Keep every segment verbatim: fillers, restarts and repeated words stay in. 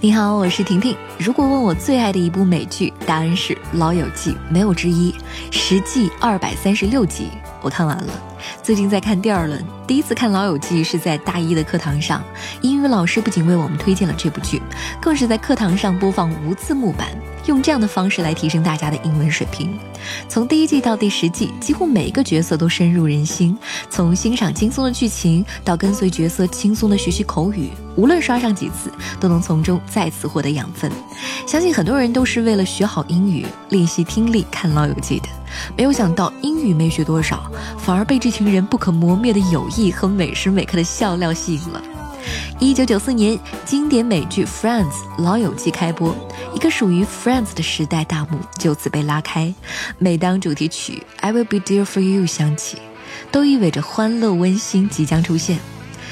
你好，我是婷婷。如果问我最爱的一部美剧，答案是《老友记》，没有之一。十季二百三十六集，我看完了。最近在看第二轮，第一次看《老友记》是在大一的课堂上，英语老师不仅为我们推荐了这部剧，更是在课堂上播放无字幕版，用这样的方式来提升大家的英文水平。从第一季到第十季，几乎每一个角色都深入人心，从欣赏轻松的剧情到跟随角色轻松的学习口语，无论刷上几次，都能从中再次获得养分。相信很多人都是为了学好英语，练习听力看《老友记》的，没有想到英语没学多少，反而被这群人不可磨灭的友谊和每时每刻的笑料吸引了。一九九四年，经典美剧《Friends》老友记开播，一个属于 Friends 的时代大幕就此被拉开。每当主题曲 I Will Be There For You 响起，都意味着欢乐温馨即将出现。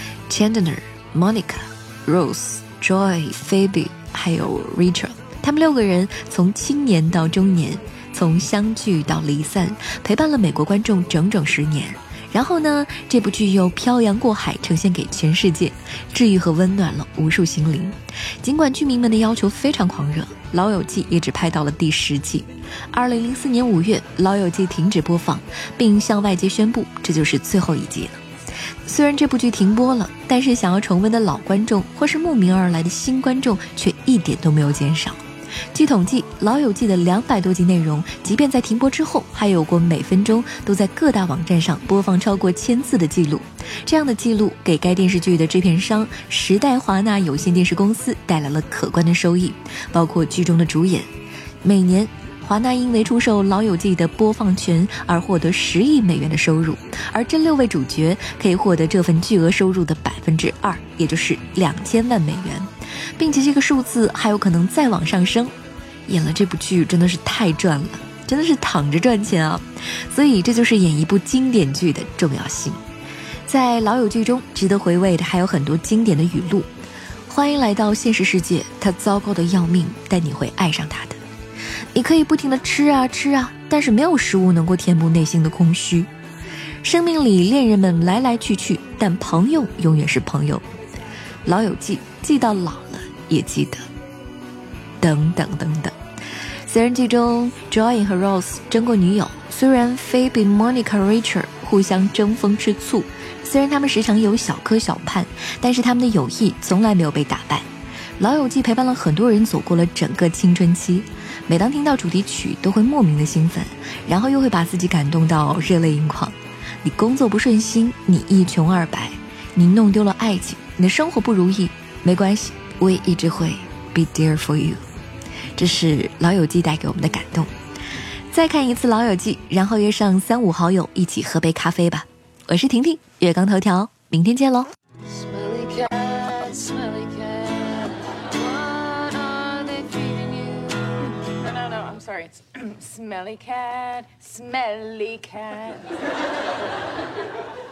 Chandler、Monica、Rose、Joy、Phoebe 还有 Rachel， 他们六个人从青年到中年，从相聚到离散，陪伴了美国观众整整十年。然后呢，这部剧又漂洋过海呈现给全世界，治愈和温暖了无数心灵。尽管剧迷们的要求非常狂热，老友记也只拍到了第十季。二零零四年五月，老友记停止播放，并向外界宣布这就是最后一季了。虽然这部剧停播了，但是想要重温的老观众或是慕名而来的新观众却一点都没有减少。据统计，老友记的两百多集内容，即便在停播之后，还有过每分钟都在各大网站上播放超过千次的记录。这样的记录给该电视剧的制片商时代华纳有线电视公司带来了可观的收益，包括剧中的主演。每年华纳因为出售老友记的播放权而获得十亿美元的收入，而这六位主角可以获得这份巨额收入的百分之二，也就是两千万美元，并且这个数字还有可能再往上升。演了这部剧真的是太赚了，真的是躺着赚钱啊！所以这就是演一部经典剧的重要性。在老友记中值得回味的还有很多经典的语录。欢迎来到现实世界，它糟糕的要命，但你会爱上它的。你可以不停地吃啊吃啊，但是没有食物能够填补内心的空虚。生命里恋人们来来去去，但朋友永远是朋友。老友记记到老了也记得，等等等等。虽然剧中 Joy 和 Rose 争过女友，虽然 Phoebe、Monica、Rachel 互相争风吃醋，虽然他们时常有小磕小绊，但是他们的友谊从来没有被打败。老友记陪伴了很多人走过了整个青春期，每当听到主题曲都会莫名的兴奋，然后又会把自己感动到热泪盈眶。你工作不顺心，你一穷二白，你弄丢了爱情，你的生活不如意，没关系，我也一直会 be there for you。 这是老友记带给我们的感动。再看一次老友记，然后约上三五好友一起喝杯咖啡吧。我是婷婷，月光头条，明天见喽。 Sorry, it's smelly cat, smelly cat.